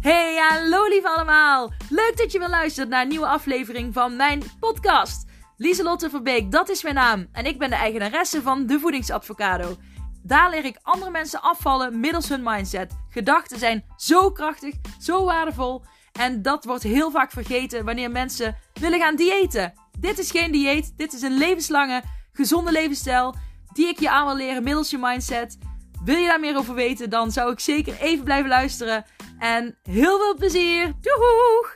Hey, hallo lieve allemaal! Leuk dat je weer luistert naar een nieuwe aflevering van mijn podcast. Lieselotte Verbeek, dat is mijn naam. En ik ben de eigenaresse van De Voedingsadvocado. Daar leer ik andere mensen afvallen middels hun mindset. Gedachten zijn zo krachtig, zo waardevol. En dat wordt heel vaak vergeten wanneer mensen willen gaan diëten. Dit is geen dieet, dit is een levenslange, gezonde levensstijl die ik je aan wil leren middels je mindset. Wil je daar meer over weten, dan zou ik zeker even blijven luisteren. En heel veel plezier! Doeg!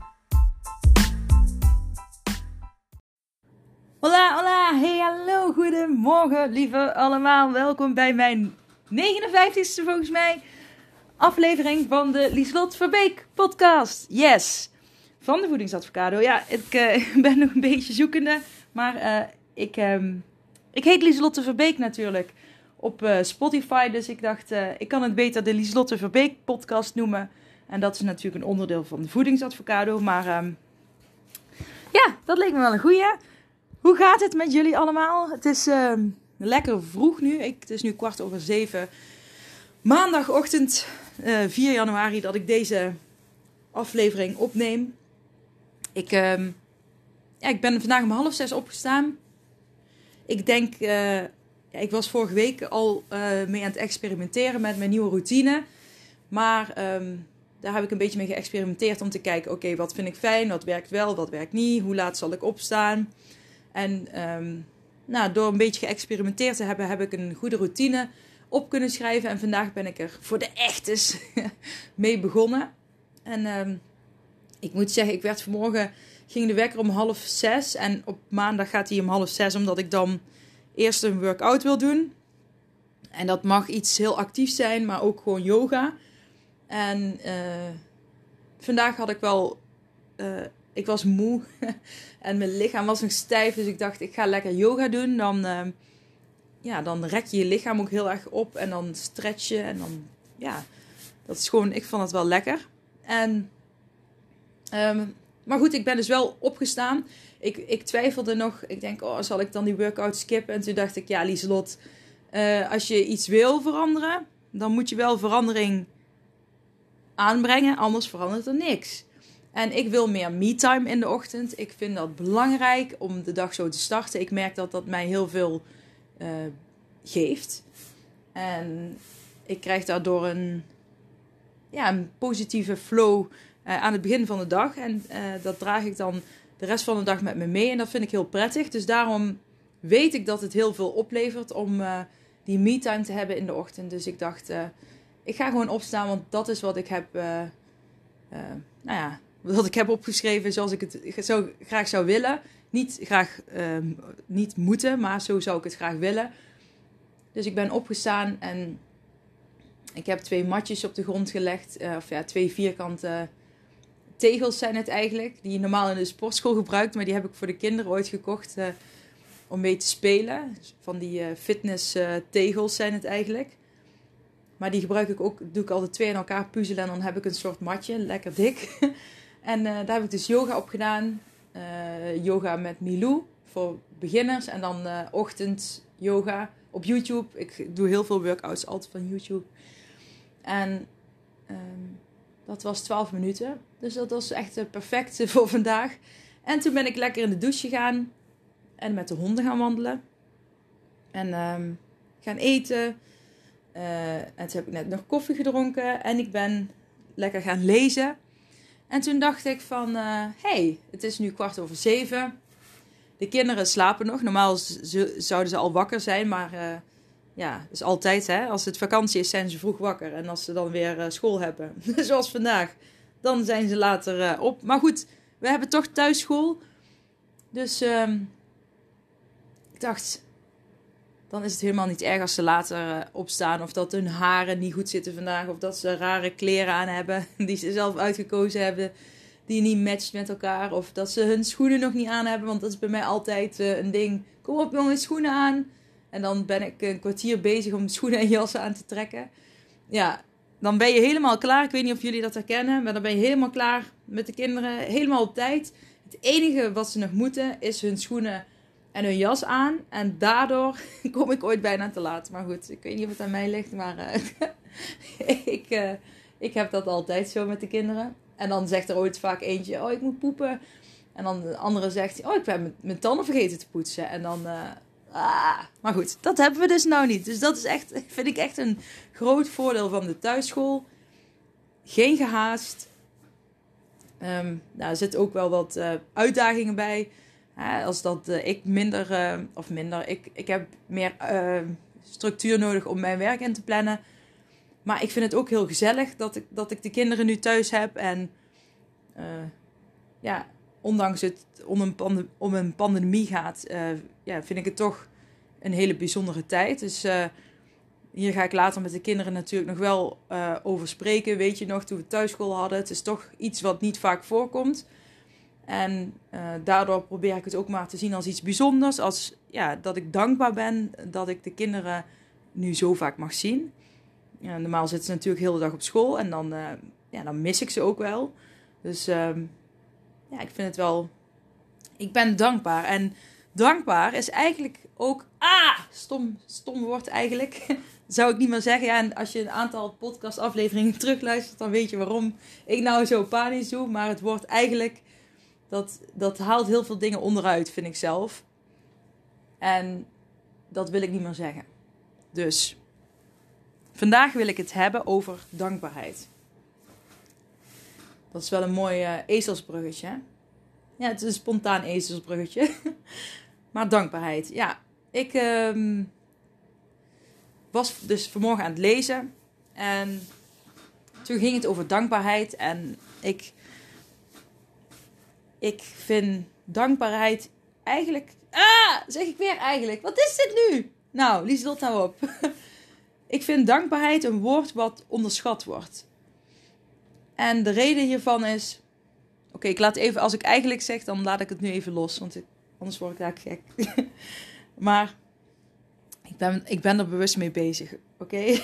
Hola, hola! Hey, hallo! Goedemorgen, lieve allemaal. Welkom bij mijn 59ste volgens mij aflevering van de Lieselotte Verbeek podcast. Yes! Van de Voedingsadvocado. Ja, ik ben nog een beetje zoekende. Maar ik heet Lieselotte Verbeek natuurlijk op Spotify. Dus ik dacht, ik kan het beter de Lieselotte Verbeek podcast noemen. En dat is natuurlijk een onderdeel van de Voedingsadvocado. Maar ja, dat leek me wel een goeie. Hoe gaat het met jullie allemaal? Het is lekker vroeg nu. Het is nu 7:15. Maandagochtend 4 januari dat ik deze aflevering opneem. Ik ben vandaag om 5:30 opgestaan. Ik denk, ik was vorige week al mee aan het experimenteren met mijn nieuwe routine. Maar daar heb ik een beetje mee geëxperimenteerd om te kijken, oké, wat vind ik fijn, wat werkt wel, wat werkt niet, hoe laat zal ik opstaan. En door een beetje geëxperimenteerd te hebben, heb ik een goede routine op kunnen schrijven. En vandaag ben ik er voor de echtes mee begonnen. En ik moet zeggen, ik werd vanmorgen, ging de wekker om 5:30. En op maandag gaat hij om 5:30, omdat ik dan eerst een workout wil doen. En dat mag iets heel actiefs zijn, maar ook gewoon yoga. En vandaag had ik wel, ik was moe en mijn lichaam was nog stijf. Dus ik dacht, ik ga lekker yoga doen. Dan rek je je lichaam ook heel erg op en dan stretch je. En dan, ja, dat is gewoon, ik vond het wel lekker. En maar goed, ik ben dus wel opgestaan. Ik twijfelde nog. Ik denk, zal ik dan die workout skippen? En toen dacht ik, ja, Lieselot, als je iets wil veranderen, dan moet je wel verandering aanbrengen. Anders verandert er niks. En ik wil meer me-time in de ochtend. Ik vind dat belangrijk om de dag zo te starten. Ik merk dat dat mij heel veel geeft. En ik krijg daardoor een positieve flow aan het begin van de dag. En dat draag ik dan de rest van de dag met me mee. En dat vind ik heel prettig. Dus daarom weet ik dat het heel veel oplevert om die me-time te hebben in de ochtend. Dus ik dacht, ik ga gewoon opstaan. Want dat is wat ik heb, wat ik heb opgeschreven zoals ik het zo graag zou willen. Niet moeten, maar zo zou ik het graag willen. Dus ik ben opgestaan en ik heb 2 matjes op de grond gelegd. 2 vierkante tegels zijn het eigenlijk. Die je normaal in de sportschool gebruikt. Maar die heb ik voor de kinderen ooit gekocht om mee te spelen. Van die fitness tegels zijn het eigenlijk. Maar die gebruik ik ook, doe ik altijd 2 in elkaar puzzelen. En dan heb ik een soort matje, lekker dik. En daar heb ik dus yoga op gedaan. Yoga met Milou voor beginners. En dan ochtend yoga op YouTube. Ik doe heel veel workouts altijd van YouTube. En dat was 12 minuten. Dus dat was echt perfect voor vandaag. En toen ben ik lekker in de douche gegaan. En met de honden gaan wandelen. En gaan eten. En toen heb ik net nog koffie gedronken. En ik ben lekker gaan lezen. En toen dacht ik van, het is nu 6:15. De kinderen slapen nog. Normaal zouden ze al wakker zijn, maar dat is altijd, hè. Als het vakantie is, zijn ze vroeg wakker. En als ze dan weer school hebben, zoals vandaag, dan zijn ze later op. Maar goed, we hebben toch thuisschool. Dus ik dacht, dan is het helemaal niet erg als ze later opstaan. Of dat hun haren niet goed zitten vandaag. Of dat ze rare kleren aan hebben die ze zelf uitgekozen hebben. Die niet matcht met elkaar. Of dat ze hun schoenen nog niet aan hebben. Want dat is bij mij altijd een ding. Kom op jongens, schoenen aan. En dan ben ik een kwartier bezig om schoenen en jassen aan te trekken. Ja, dan ben je helemaal klaar. Ik weet niet of jullie dat herkennen. Maar dan ben je helemaal klaar met de kinderen. Helemaal op tijd. Het enige wat ze nog moeten is hun schoenen en hun jas aan. En daardoor kom ik ooit bijna te laat. Maar goed, ik weet niet of het aan mij ligt. Maar Ik heb dat altijd zo met de kinderen. En dan zegt er ooit vaak eentje, oh, ik moet poepen. En dan de andere zegt, oh, ik ben mijn tanden vergeten te poetsen. En dan, maar goed, dat hebben we dus nou niet. Dus dat is echt, vind ik echt een groot voordeel van de thuisschool. Geen gehaast. Er zitten ook wel wat uitdagingen bij. Als dat ik ik heb meer structuur nodig om mijn werk in te plannen. Maar ik vind het ook heel gezellig dat ik de kinderen nu thuis heb. En ondanks het om een pandemie gaat, vind ik het toch een hele bijzondere tijd. Dus hier ga ik later met de kinderen natuurlijk nog wel over spreken. Weet je nog, toen we thuisschool hadden. Het is toch iets wat niet vaak voorkomt. En daardoor probeer ik het ook maar te zien als iets bijzonders. Als dat ik dankbaar ben dat ik de kinderen nu zo vaak mag zien. Normaal zitten ze natuurlijk heel de dag op school. En dan mis ik ze ook wel. Dus ik vind het wel... Ik ben dankbaar. En dankbaar is eigenlijk ook... Stom woord eigenlijk. Zou ik niet meer zeggen. Ja, en als je een aantal podcastafleveringen terugluistert, dan weet je waarom ik nou zo panisch doe. Maar het woord eigenlijk... Dat haalt heel veel dingen onderuit, vind ik zelf. En dat wil ik niet meer zeggen. Dus vandaag wil ik het hebben over dankbaarheid. Dat is wel een mooi ezelsbruggetje. Hè? Ja, het is een spontaan ezelsbruggetje. Maar dankbaarheid. Ja, ik was dus vanmorgen aan het lezen. En toen ging het over dankbaarheid. En ik vind dankbaarheid eigenlijk... zeg ik weer eigenlijk. Wat is dit nu? Nou, Lieselot nou op. Ik vind dankbaarheid een woord wat onderschat wordt. En de reden hiervan is... Oké, ik laat even... Als ik eigenlijk zeg, dan laat ik het nu even los. Want anders word ik daar gek. Maar ik ben er bewust mee bezig. Oké?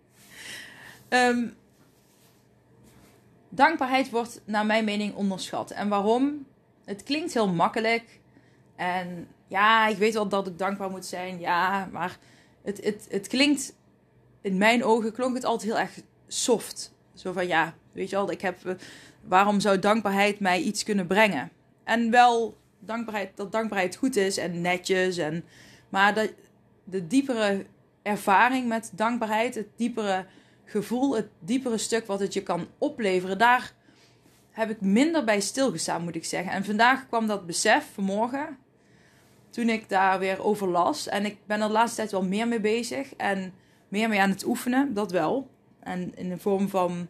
Dankbaarheid wordt naar mijn mening onderschat. En waarom? Het klinkt heel makkelijk. En ja, ik weet wel dat ik dankbaar moet zijn. Ja, maar het klinkt... In mijn ogen klonk het altijd heel erg soft. Zo van ja, weet je wel, waarom zou dankbaarheid mij iets kunnen brengen? En wel dat dankbaarheid goed is en netjes. Maar de diepere ervaring met dankbaarheid, het diepere gevoel, het diepere stuk wat het je kan opleveren, daar heb ik minder bij stilgestaan, moet ik zeggen. En vandaag kwam dat besef, vanmorgen, toen ik daar weer over las. En ik ben er de laatste tijd wel meer mee bezig en meer mee aan het oefenen, dat wel. En in de vorm van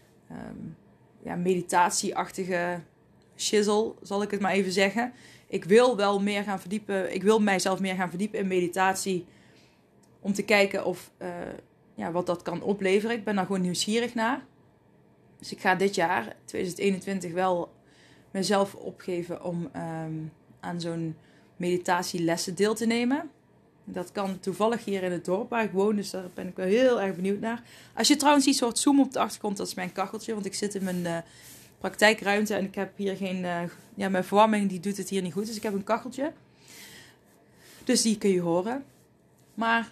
meditatieachtige shizzle, zal ik het maar even zeggen. Ik wil wel meer gaan verdiepen. Ik wil mijzelf meer gaan verdiepen in meditatie. Om te kijken of wat dat kan opleveren. Ik ben daar gewoon nieuwsgierig naar. Dus ik ga dit jaar, 2021, wel mezelf opgeven om aan zo'n meditatielessen deel te nemen. Dat kan toevallig hier in het dorp waar ik woon. Dus daar ben ik wel heel erg benieuwd naar. Als je trouwens iets hoort zoomen op de achtergrond, dat is mijn kacheltje. Want ik zit in mijn praktijkruimte en ik heb hier geen... mijn verwarming die doet het hier niet goed. Dus ik heb een kacheltje. Dus die kun je horen. Maar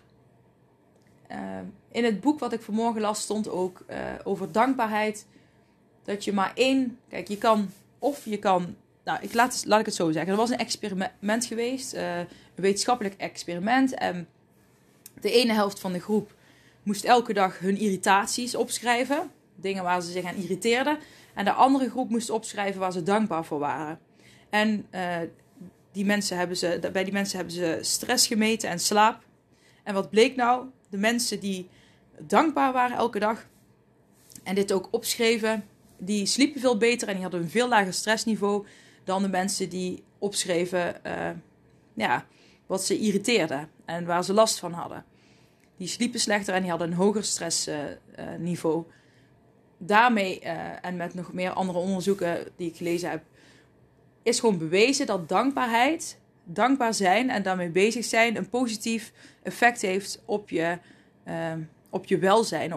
in het boek wat ik vanmorgen las stond ook over dankbaarheid. Dat je maar één... Kijk, je kan... Nou, laat ik het zo zeggen. Er was een experiment geweest. Een wetenschappelijk experiment. En de ene helft van de groep moest elke dag hun irritaties opschrijven. Dingen waar ze zich aan irriteerden. En de andere groep moest opschrijven waar ze dankbaar voor waren. En bij die mensen hebben ze stress gemeten en slaap. En wat bleek nou? De mensen die dankbaar waren elke dag en dit ook opschreven, die sliepen veel beter en die hadden een veel lager stressniveau dan de mensen die opschreven wat ze irriteerde en waar ze last van hadden. Die sliepen slechter en die hadden een hoger stressniveau. Daarmee, en met nog meer andere onderzoeken die ik gelezen heb, is gewoon bewezen dat dankbaar zijn en daarmee bezig zijn, een positief effect heeft op je welzijn,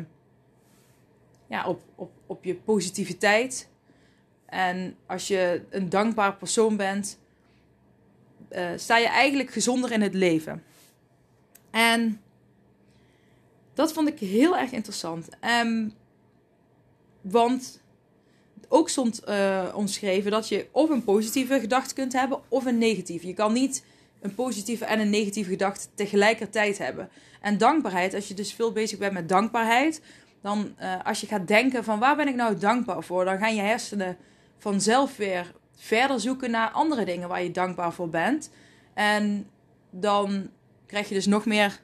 op je positiviteit. En als je een dankbaar persoon bent, sta je eigenlijk gezonder in het leven. En dat vond ik heel erg interessant. Want ook stond omschreven dat je of een positieve gedachte kunt hebben of een negatieve. Je kan niet een positieve en een negatieve gedachte tegelijkertijd hebben. En dankbaarheid, als je dus veel bezig bent met dankbaarheid, dan als je gaat denken van waar ben ik nou dankbaar voor, dan gaan je hersenen vanzelf weer verder zoeken naar andere dingen waar je dankbaar voor bent. En dan krijg je dus nog meer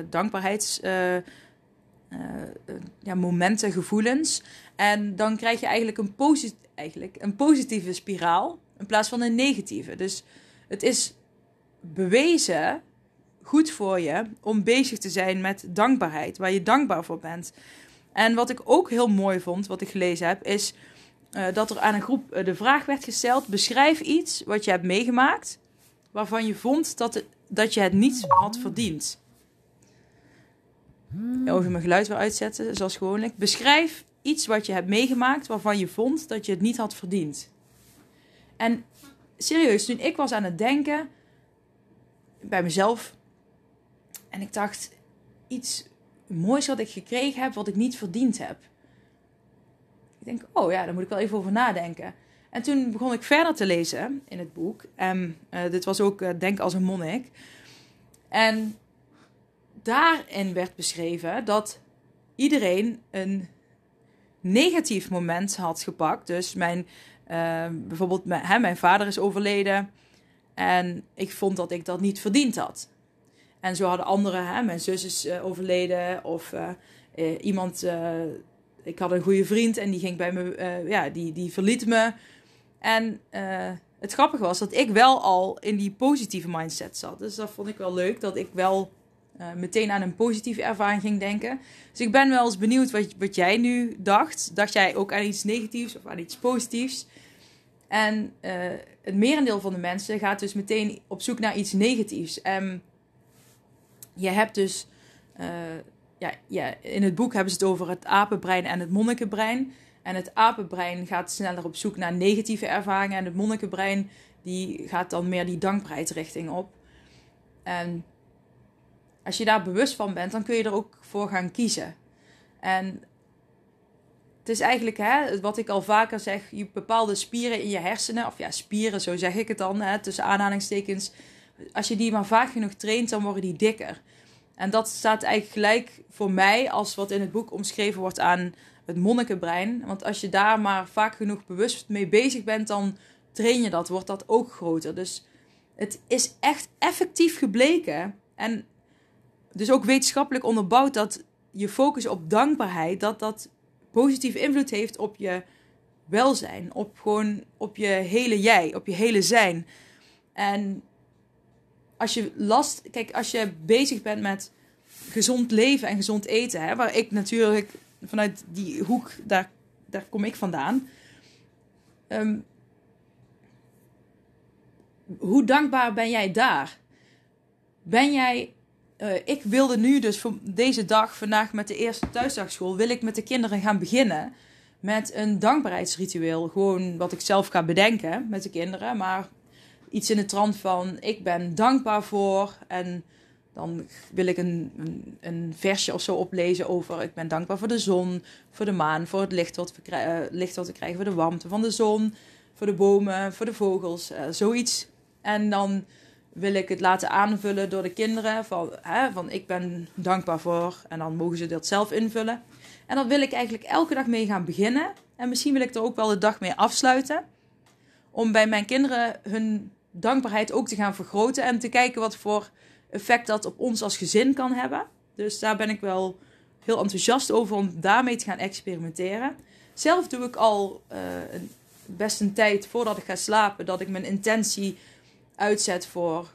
momenten, gevoelens. En dan krijg je eigenlijk een positieve spiraal in plaats van een negatieve. Dus het is bewezen goed voor je om bezig te zijn met dankbaarheid, waar je dankbaar voor bent. En wat ik ook heel mooi vond, wat ik gelezen heb, is dat er aan een groep de vraag werd gesteld: beschrijf iets wat je hebt meegemaakt waarvan je vond dat je het niet had verdiend. Even mijn geluid weer uitzetten, zoals gewoonlijk. Beschrijf iets wat je hebt meegemaakt waarvan je vond dat je het niet had verdiend. En serieus, toen ik was aan het denken bij mezelf en ik dacht, iets moois wat ik gekregen heb, wat ik niet verdiend heb. Ik denk, oh ja, daar moet ik wel even over nadenken. En toen begon ik verder te lezen in het boek. Dit was ook Denk als een monnik. En daarin werd beschreven dat iedereen een negatief moment had gepakt. Dus bijvoorbeeld mijn vader is overleden en ik vond dat ik dat niet verdiend had. En zo hadden anderen, mijn zus is overleden of iemand... ik had een goede vriend en die ging bij me, die verliet me. En het grappige was dat ik wel al in die positieve mindset zat. Dus dat vond ik wel leuk, dat ik wel meteen aan een positieve ervaring ging denken. Dus ik ben wel eens benieuwd wat jij nu dacht. Dacht jij ook aan iets negatiefs of aan iets positiefs? En het merendeel van de mensen gaat dus meteen op zoek naar iets negatiefs. En je hebt dus... in het boek hebben ze het over het apenbrein en het monnikenbrein. En het apenbrein gaat sneller op zoek naar negatieve ervaringen. En het monnikenbrein die gaat dan meer die dankbaarheidsrichting op. En als je daar bewust van bent, dan kun je er ook voor gaan kiezen. En het is eigenlijk, wat ik al vaker zeg, je bepaalde spieren in je hersenen, of ja, spieren, zo zeg ik het dan, tussen aanhalingstekens. Als je die maar vaak genoeg traint, dan worden die dikker. En dat staat eigenlijk gelijk voor mij als wat in het boek omschreven wordt aan het monnikenbrein. Want als je daar maar vaak genoeg bewust mee bezig bent, dan train je dat, wordt dat ook groter. Dus het is echt effectief gebleken en dus ook wetenschappelijk onderbouwd dat je focus op dankbaarheid, dat positief invloed heeft op je welzijn, op je hele jij, op je hele zijn. En als je bezig bent met gezond leven en gezond eten, waar ik natuurlijk vanuit die hoek, daar kom ik vandaan. Hoe dankbaar ben jij daar? Ik wilde nu dus voor deze dag, vandaag met de eerste thuisdagschool, wil ik met de kinderen gaan beginnen met een dankbaarheidsritueel. Gewoon wat ik zelf ga bedenken met de kinderen, maar iets in de trant van, ik ben dankbaar voor. En dan wil ik een versje of zo oplezen over, ik ben dankbaar voor de zon, voor de maan, voor het licht wat we krijgen, voor de warmte van de zon, voor de bomen, voor de vogels, zoiets. En dan wil ik het laten aanvullen door de kinderen van ik ben dankbaar voor. En dan mogen ze dat zelf invullen. En dan wil ik eigenlijk elke dag mee gaan beginnen. En misschien wil ik er ook wel de dag mee afsluiten. Om bij mijn kinderen hun dankbaarheid ook te gaan vergroten. En te kijken wat voor effect dat op ons als gezin kan hebben. Dus daar ben ik wel heel enthousiast over om daarmee te gaan experimenteren. Zelf doe ik al best een tijd voordat ik ga slapen, dat ik mijn intentie uitzet voor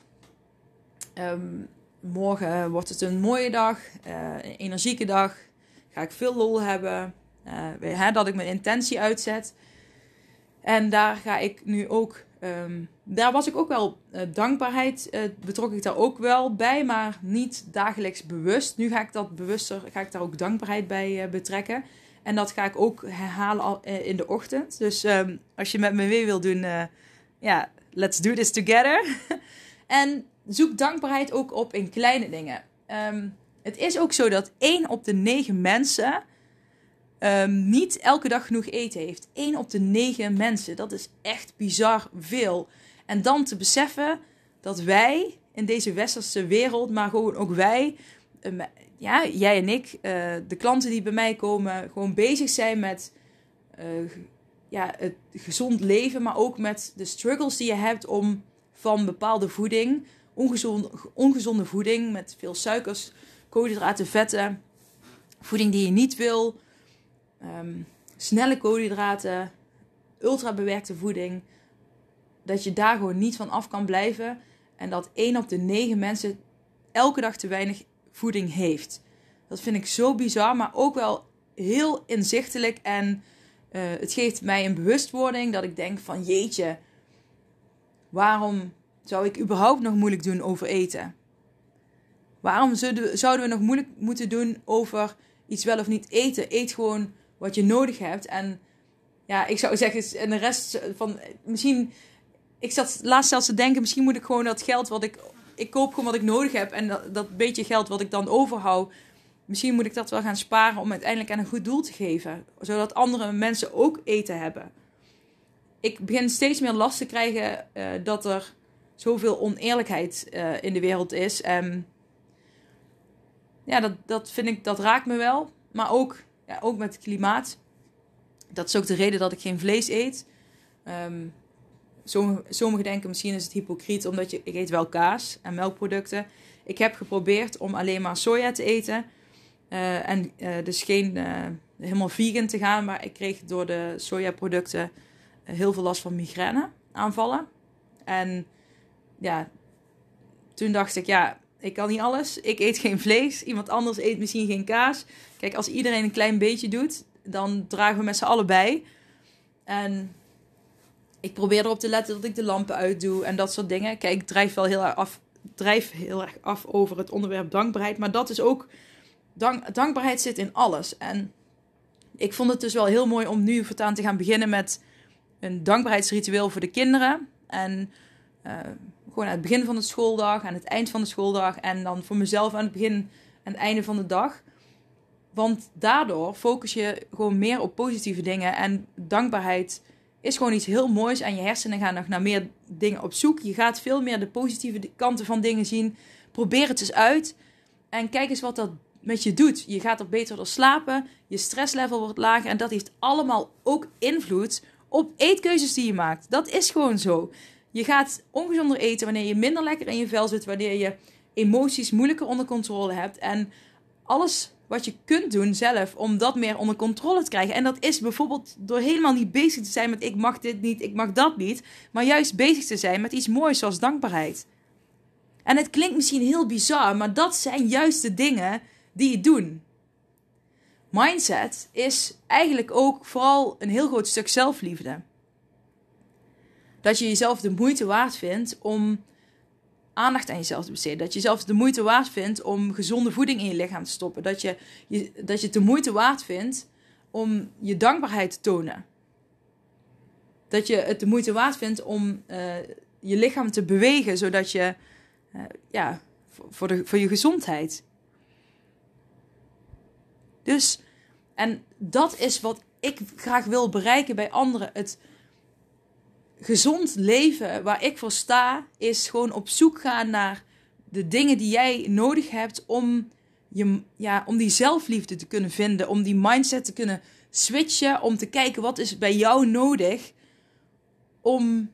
morgen wordt het een mooie dag, een energieke dag, ga ik veel lol hebben, dat ik mijn intentie uitzet. En daar ga ik nu ook, daar was ik ook wel dankbaarheid, betrok ik daar ook wel bij, maar niet dagelijks bewust. Nu ga ik dat bewuster, ga ik daar ook dankbaarheid bij betrekken. En dat ga ik ook herhalen in de ochtend. Dus als je met me mee wil doen, let's do this together. En zoek dankbaarheid ook op in kleine dingen. Het is ook zo dat 1 op de 9 mensen niet elke dag genoeg eten heeft. 1 op de 9 mensen. Dat is echt bizar veel. En dan te beseffen dat wij in deze westerse wereld, maar gewoon ook wij, jij en ik, de klanten die bij mij komen, gewoon bezig zijn met het gezond leven, maar ook met de struggles die je hebt om van bepaalde voeding, ongezonde voeding met veel suikers, koolhydraten, vetten, voeding die je niet wil, snelle koolhydraten, ultrabewerkte voeding, dat je daar gewoon niet van af kan blijven en dat 1 op de 9 mensen elke dag te weinig voeding heeft. Dat vind ik zo bizar, maar ook wel heel inzichtelijk en het geeft mij een bewustwording dat ik denk van jeetje, waarom zou ik überhaupt nog moeilijk doen over eten? Waarom zouden we nog moeilijk moeten doen over iets wel of niet eten? Eet gewoon wat je nodig hebt. En ja, ik zou zeggen, en de rest van misschien, ik zat laatst zelfs te denken, misschien moet ik gewoon dat geld wat ik koop gewoon wat ik nodig heb. En dat beetje geld wat ik dan overhoud, misschien moet ik dat wel gaan sparen om uiteindelijk aan een goed doel te geven. Zodat andere mensen ook eten hebben. Ik begin steeds meer last te krijgen dat er zoveel oneerlijkheid in de wereld is. Dat vind ik, dat raakt me wel. Maar ook met het klimaat. Dat is ook de reden dat ik geen vlees eet. Sommigen denken misschien is het hypocriet, omdat ik eet wel kaas en melkproducten. Ik heb geprobeerd om alleen maar soja te eten. Dus geen helemaal vegan te gaan. Maar ik kreeg door de sojaproducten heel veel last van migraine aanvallen. En ja, toen dacht ik, ik kan niet alles. Ik eet geen vlees. Iemand anders eet misschien geen kaas. Kijk, als iedereen een klein beetje doet, dan dragen we met z'n allen bij. En ik probeer erop te letten dat ik de lampen uitdoe en dat soort dingen. Kijk, ik drijf wel heel erg af over het onderwerp dankbaarheid. Maar dat is ook, dankbaarheid zit in alles. En ik vond het dus wel heel mooi om nu voortaan te gaan beginnen met een dankbaarheidsritueel voor de kinderen. En gewoon aan het begin van de schooldag, aan het eind van de schooldag. En dan voor mezelf aan het begin en het einde van de dag. Want daardoor focus je gewoon meer op positieve dingen. En dankbaarheid is gewoon iets heel moois. En je hersenen gaan nog naar meer dingen op zoek. Je gaat veel meer de positieve kanten van dingen zien. Probeer het eens uit. En kijk eens wat dat met je doet. Je gaat er beter door slapen. Je stresslevel wordt lager. En dat heeft allemaal ook invloed op eetkeuzes die je maakt. Dat is gewoon zo. Je gaat ongezonder eten wanneer je minder lekker in je vel zit. Wanneer je emoties moeilijker onder controle hebt. En alles wat je kunt doen zelf om dat meer onder controle te krijgen. En dat is bijvoorbeeld door helemaal niet bezig te zijn met ik mag dit niet, ik mag dat niet. Maar juist bezig te zijn met iets moois zoals dankbaarheid. En het klinkt misschien heel bizar, maar dat zijn juist de dingen die je doen. Mindset is eigenlijk ook vooral een heel groot stuk zelfliefde. Dat je jezelf de moeite waard vindt om aandacht aan jezelf te besteden. Dat je jezelf de moeite waard vindt om gezonde voeding in je lichaam te stoppen. Dat je het de moeite waard vindt om je dankbaarheid te tonen. Dat je het de moeite waard vindt om je lichaam te bewegen, zodat je voor je gezondheid. Dus, en dat is wat ik graag wil bereiken bij anderen. Het gezond leven waar ik voor sta, is gewoon op zoek gaan naar de dingen die jij nodig hebt om die zelfliefde te kunnen vinden. Om die mindset te kunnen switchen. Om te kijken wat is bij jou nodig. Om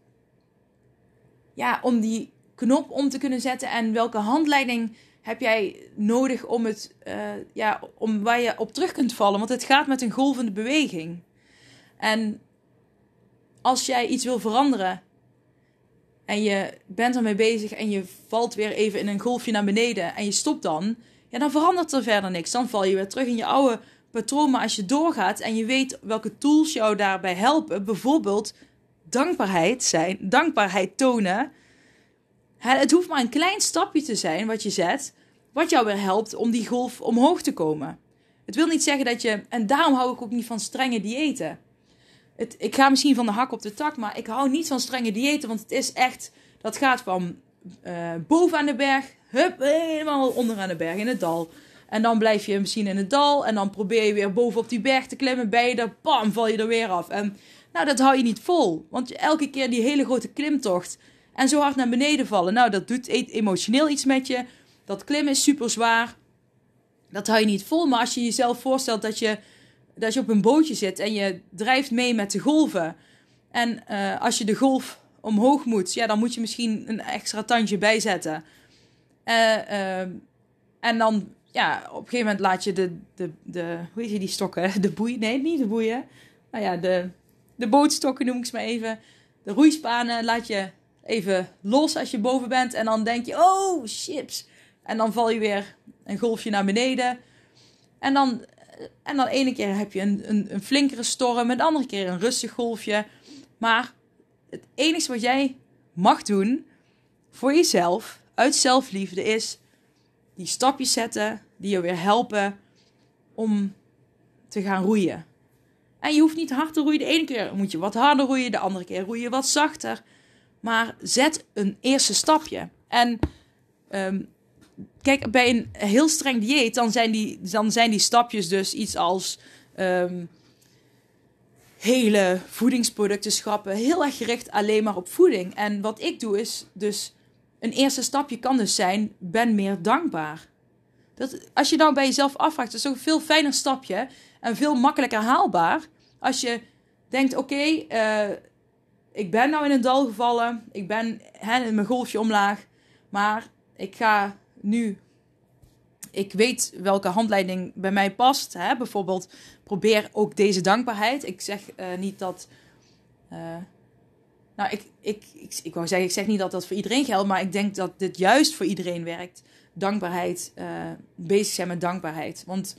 die knop om te kunnen zetten. En welke handleiding heb jij nodig om om waar je op terug kunt vallen. Want het gaat met een golvende beweging. En als jij iets wil veranderen en je bent ermee bezig en je valt weer even in een golfje naar beneden en je stopt dan verandert er verder niks. Dan val je weer terug in je oude patroon. Maar als je doorgaat en je weet welke tools jou daarbij helpen, bijvoorbeeld dankbaarheid tonen. Het hoeft maar een klein stapje te zijn wat je zet, wat jou weer helpt om die golf omhoog te komen. Het wil niet zeggen dat je, en daarom hou ik ook niet van strenge diëten. Ik ga misschien van de hak op de tak, maar ik hou niet van strenge diëten. Want het is echt, dat gaat van boven aan de berg, helemaal onder aan de berg in het dal. En dan blijf je misschien in het dal. En dan probeer je weer bovenop die berg te klimmen. Ben je er, bam, val je er weer af. En nou, dat hou je niet vol. Want elke keer die hele grote klimtocht. En zo hard naar beneden vallen. Nou, dat doet emotioneel iets met je. Dat klimmen is super zwaar. Dat hou je niet vol. Maar als je jezelf voorstelt dat je op een bootje zit. En je drijft mee met de golven. En als je de golf omhoog moet. Ja, dan moet je misschien een extra tandje bijzetten. En dan, ja, op een gegeven moment laat je de hoe heet je die stokken? De boeien? Nee, niet de boeien. Nou ja, de bootstokken noem ik ze maar even. De roeispanen laat je even los als je boven bent. En dan denk je, oh, chips. En dan val je weer een golfje naar beneden. En dan ene keer heb je een flinkere storm. En de andere keer een rustig golfje. Maar het enige wat jij mag doen voor jezelf, uit zelfliefde, is die stapjes zetten die je weer helpen om te gaan roeien. En je hoeft niet hard te roeien. De ene keer moet je wat harder roeien, de andere keer roei je wat zachter. Maar zet een eerste stapje. En kijk, bij een heel streng dieet, dan zijn die stapjes dus iets als hele voedingsproducten schrappen. Heel erg gericht alleen maar op voeding. En wat ik doe is dus, een eerste stapje kan dus zijn, ben meer dankbaar. Als je nou bij jezelf afvraagt, dat is ook een veel fijner stapje en veel makkelijker haalbaar. Als je denkt, oké, ik ben nou in een dal gevallen. Ik ben in mijn golfje omlaag. Maar ik ga nu, ik weet welke handleiding bij mij past. Hè? Bijvoorbeeld, probeer ook deze dankbaarheid. Ik zeg niet dat... ik wou zeggen, ik zeg niet dat dat voor iedereen geldt. Maar ik denk dat dit juist voor iedereen werkt. Dankbaarheid, bezig zijn met dankbaarheid. Want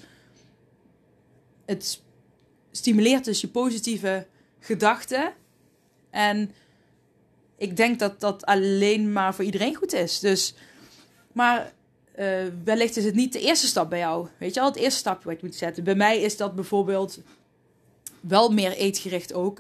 het stimuleert dus je positieve gedachten. En ik denk dat dat alleen maar voor iedereen goed is. Dus, maar wellicht is het niet de eerste stap bij jou. Weet je al, het eerste stapje wat je moet zetten. Bij mij is dat bijvoorbeeld wel meer eetgericht ook.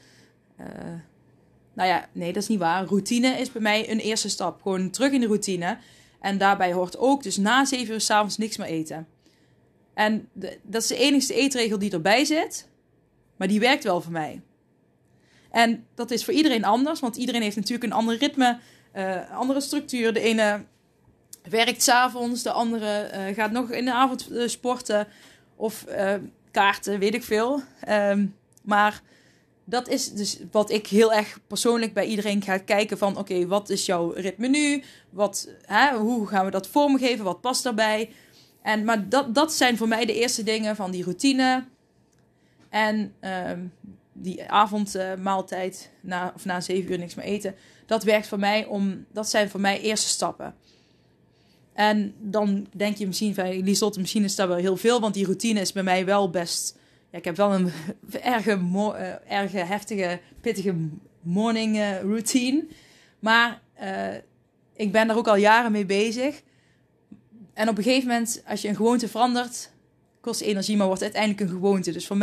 Nou ja, nee, dat is niet waar. Routine is bij mij een eerste stap. Gewoon terug in de routine. En daarbij hoort ook dus na 7 uur 's avonds niks meer eten. En dat is de enige eetregel die erbij zit. Maar die werkt wel voor mij. En dat is voor iedereen anders. Want iedereen heeft natuurlijk een ander ritme. Andere structuur. De ene werkt 's avonds. De andere gaat nog in de avond sporten. Of kaarten, weet ik veel. Maar dat is dus wat ik heel erg persoonlijk bij iedereen ga kijken van... Oké, wat is jouw ritme nu? Hoe gaan we dat vormgeven? Wat past daarbij? Maar dat zijn voor mij de eerste dingen van die routine. En die avondmaaltijd na 7 uur niks meer eten. Dat werkt voor mij dat zijn voor mij eerste stappen. En dan denk je misschien van... Lieselotte, misschien is dat wel heel veel. Want die routine is bij mij wel best... Ja, ik heb wel een erge heftige, pittige morning routine. Maar ik ben daar ook al jaren mee bezig. En op een gegeven moment, als je een gewoonte verandert... kost energie, maar wordt uiteindelijk een gewoonte. Dus voor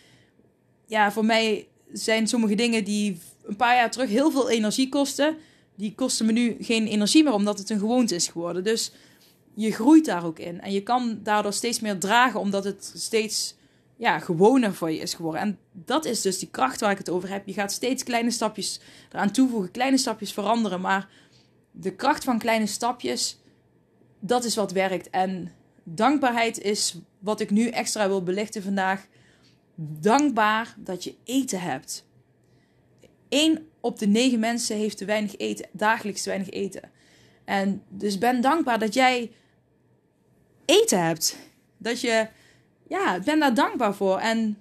mij zijn sommige dingen die een paar jaar terug heel veel energie kosten... die kosten me nu geen energie meer, omdat het een gewoonte is geworden. Dus je groeit daar ook in. En je kan daardoor steeds meer dragen, omdat het steeds... gewoner voor je is geworden. En dat is dus die kracht waar ik het over heb. Je gaat steeds kleine stapjes eraan toevoegen. Kleine stapjes veranderen. Maar de kracht van kleine stapjes, dat is wat werkt. En dankbaarheid is wat ik nu extra wil belichten vandaag. Dankbaar dat je eten hebt. 1 op de 9 mensen heeft te weinig eten. Dagelijks te weinig eten. En dus ben dankbaar dat jij eten hebt. Dat je... Ja, ik ben daar dankbaar voor. En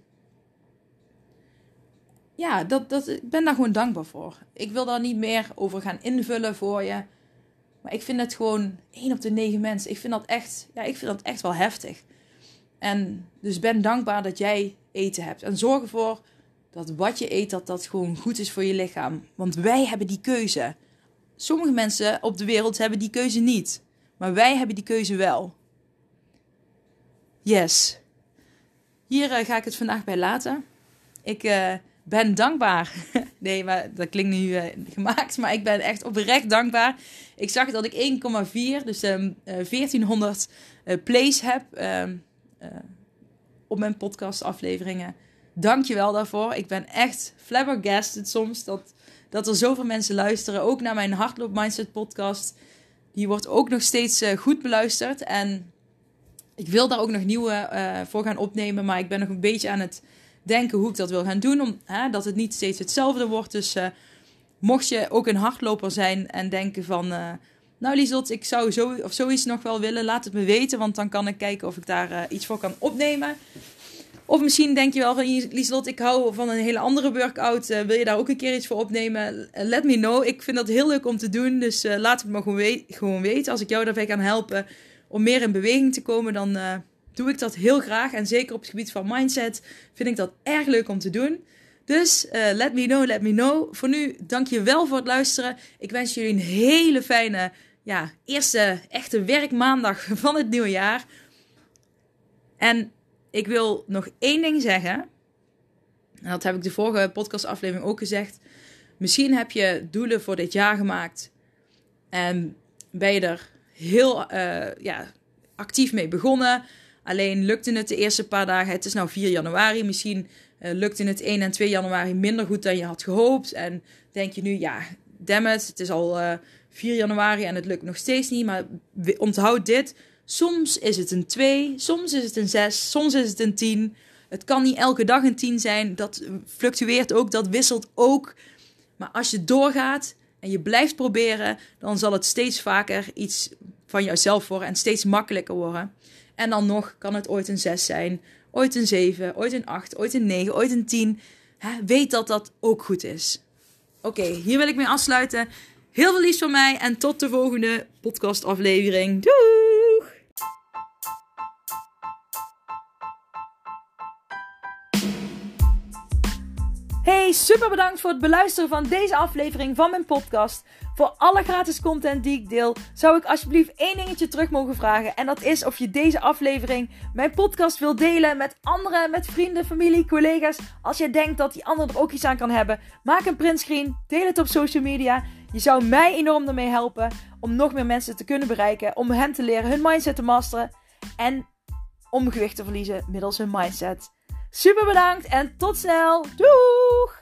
ja, ik ben daar gewoon dankbaar voor. Ik wil daar niet meer over gaan invullen voor je. Maar ik vind het gewoon 1 op de 9 mensen. Ik vind dat echt wel heftig. En dus ben dankbaar dat jij eten hebt. En zorg ervoor dat wat je eet, dat gewoon goed is voor je lichaam. Want wij hebben die keuze. Sommige mensen op de wereld hebben die keuze niet. Maar wij hebben die keuze wel. Yes. Hier ga ik het vandaag bij laten. Ik ben dankbaar. Nee, maar dat klinkt nu gemaakt. Maar ik ben echt oprecht dankbaar. Ik zag dat ik 1,4, dus 1400 plays heb op mijn podcastafleveringen. Dank je wel daarvoor. Ik ben echt flabbergasted soms dat er zoveel mensen luisteren. Ook naar mijn Hardloop Mindset podcast. Die wordt ook nog steeds goed beluisterd. En ik wil daar ook nog nieuwe voor gaan opnemen. Maar ik ben nog een beetje aan het denken hoe ik dat wil gaan doen. Dat het niet steeds hetzelfde wordt. Dus mocht je ook een hardloper zijn en denken van... nou Lieselot, ik zou zoiets nog wel willen. Laat het me weten, want dan kan ik kijken of ik daar iets voor kan opnemen. Of misschien denk je wel van... Lieselot, ik hou van een hele andere workout. Wil je daar ook een keer iets voor opnemen? Let me know. Ik vind dat heel leuk om te doen. Dus laat het me gewoon weten. Als ik jou daarbij kan helpen om meer in beweging te komen... dan doe ik dat heel graag. En zeker op het gebied van mindset vind ik dat erg leuk om te doen. Dus let me know. Voor nu, dank je wel voor het luisteren. Ik wens jullie een hele fijne... eerste echte werkmaandag van het nieuwe jaar. En ik wil nog één ding zeggen. En dat heb ik de vorige podcastaflevering ook gezegd. Misschien heb je doelen voor dit jaar gemaakt. En ben je er heel actief mee begonnen. Alleen lukte het de eerste paar dagen. Het is nou 4 januari. Misschien lukte het 1 en 2 januari minder goed dan je had gehoopt. En denk je nu, het is al 4 januari en het lukt nog steeds niet. Maar onthoud dit. Soms is het een 2, soms is het een 6, soms is het een 10. Het kan niet elke dag een 10 zijn. Dat fluctueert ook, dat wisselt ook. Maar als je doorgaat en je blijft proberen... dan zal het steeds vaker iets van jouzelf worden en steeds makkelijker worden. En dan nog kan het ooit een 6 zijn, ooit een 7, ooit een 8, ooit een 9, ooit een 10. Weet dat dat ook goed is. Oké, hier wil ik mee afsluiten. Heel veel liefs van mij en tot de volgende podcastaflevering. Doeg! Hey, super bedankt voor het beluisteren van deze aflevering van mijn podcast. Voor alle gratis content die ik deel, zou ik alsjeblieft 1 dingetje terug mogen vragen. En dat is of je deze aflevering, mijn podcast, wil delen met anderen, met vrienden, familie, collega's. Als je denkt dat die ander er ook iets aan kan hebben, maak een printscreen, deel het op social media. Je zou mij enorm ermee helpen om nog meer mensen te kunnen bereiken. Om hen te leren hun mindset te masteren. En om gewicht te verliezen middels hun mindset. Super bedankt en tot snel. Doeg!